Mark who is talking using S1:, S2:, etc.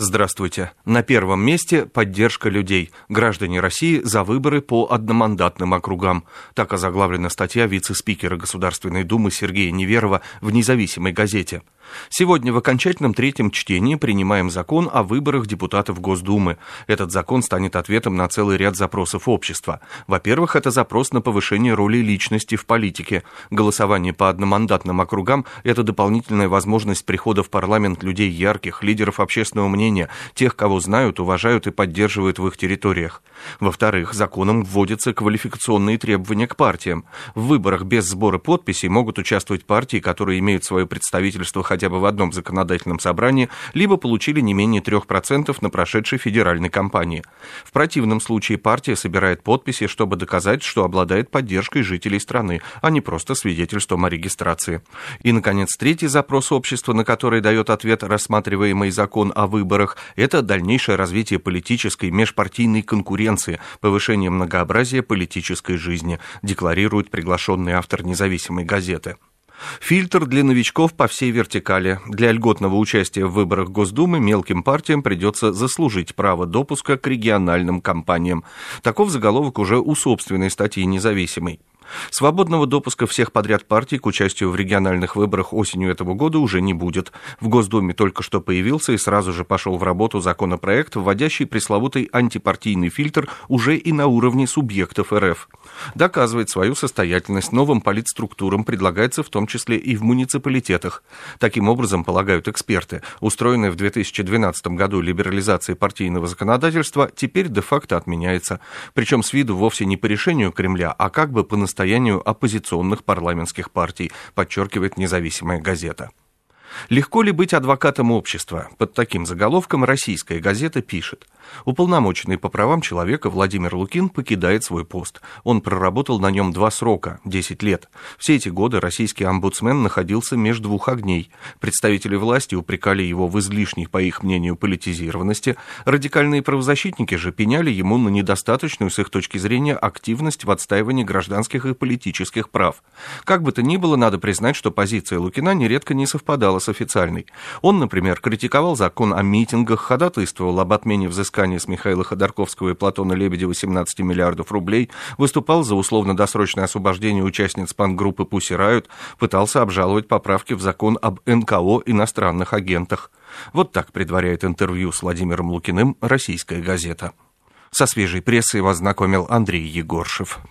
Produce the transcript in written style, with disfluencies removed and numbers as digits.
S1: Здравствуйте. На первом месте поддержка людей. Граждане России за выборы по одномандатным округам. Так озаглавлена статья вице-спикера Государственной Думы Сергея Неверова в «Независимой газете». Сегодня в окончательном третьем чтении принимаем закон о выборах депутатов Госдумы. Этот закон станет ответом на целый ряд запросов общества. Во-первых, это запрос на повышение роли личности в политике. Голосование по одномандатным округам – это дополнительная возможность прихода в парламент людей ярких, лидеров общественного мнения, тех, кого знают, уважают и поддерживают в их территориях. Во-вторых, законом вводятся квалификационные требования к партиям. В выборах без сбора подписей могут участвовать партии, которые имеют свое представительство хотя бы в одном законодательном собрании, либо получили не менее 3% на прошедшей федеральной кампании. В противном случае партия собирает подписи, чтобы доказать, что обладает поддержкой жителей страны, а не просто свидетельством о регистрации. И, наконец, третий запрос общества, на который дает ответ рассматриваемый закон о выборах, это дальнейшее развитие политической межпартийной конкуренции, повышение многообразия политической жизни, декларирует приглашенный автор «Независимой газеты». Фильтр для новичков по всей вертикали. Для льготного участия в выборах Госдумы мелким партиям придется заслужить право допуска к региональным кампаниям. Таков заголовок уже у собственной статьи «Независимой». Свободного допуска всех подряд партий к участию в региональных выборах осенью этого года уже не будет. В Госдуме только что появился и сразу же пошел в работу законопроект, вводящий пресловутый антипартийный фильтр уже и на уровне субъектов РФ. Доказывать свою состоятельность новым политструктурам предлагается в том числе и в муниципалитетах. Таким образом, полагают эксперты, устроенная в 2012 году либерализация партийного законодательства теперь де-факто отменяется. Причем с виду вовсе не по решению Кремля, а как бы по настоянию оппозиционных парламентских партий, подчеркивает «Независимая газета». Легко ли быть адвокатом общества? Под таким заголовком «Российская газета» пишет: уполномоченный по правам человека Владимир Лукин покидает свой пост. Он проработал на нем 2 срока, 10 лет. Все эти годы российский омбудсмен находился между двух огней. Представители власти упрекали его в излишней, по их мнению, политизированности. Радикальные правозащитники же пеняли ему на недостаточную, с их точки зрения, активность в отстаивании гражданских и политических прав. Как бы то ни было, надо признать, что позиция Лукина нередко не совпадала с официальной. Он, например, критиковал закон о митингах, ходатайствовал об отмене взыскания с Михаила Ходорковского и Платона Лебедева 17 миллиардов рублей, выступал за условно-досрочное освобождение участниц панк-группы Pussy Riot, пытался обжаловать поправки в закон об НКО иностранных агентах. Вот так предваряет интервью с Владимиром Лукиным «Российская газета». Со свежей прессой вас знакомил Андрей Егоршев.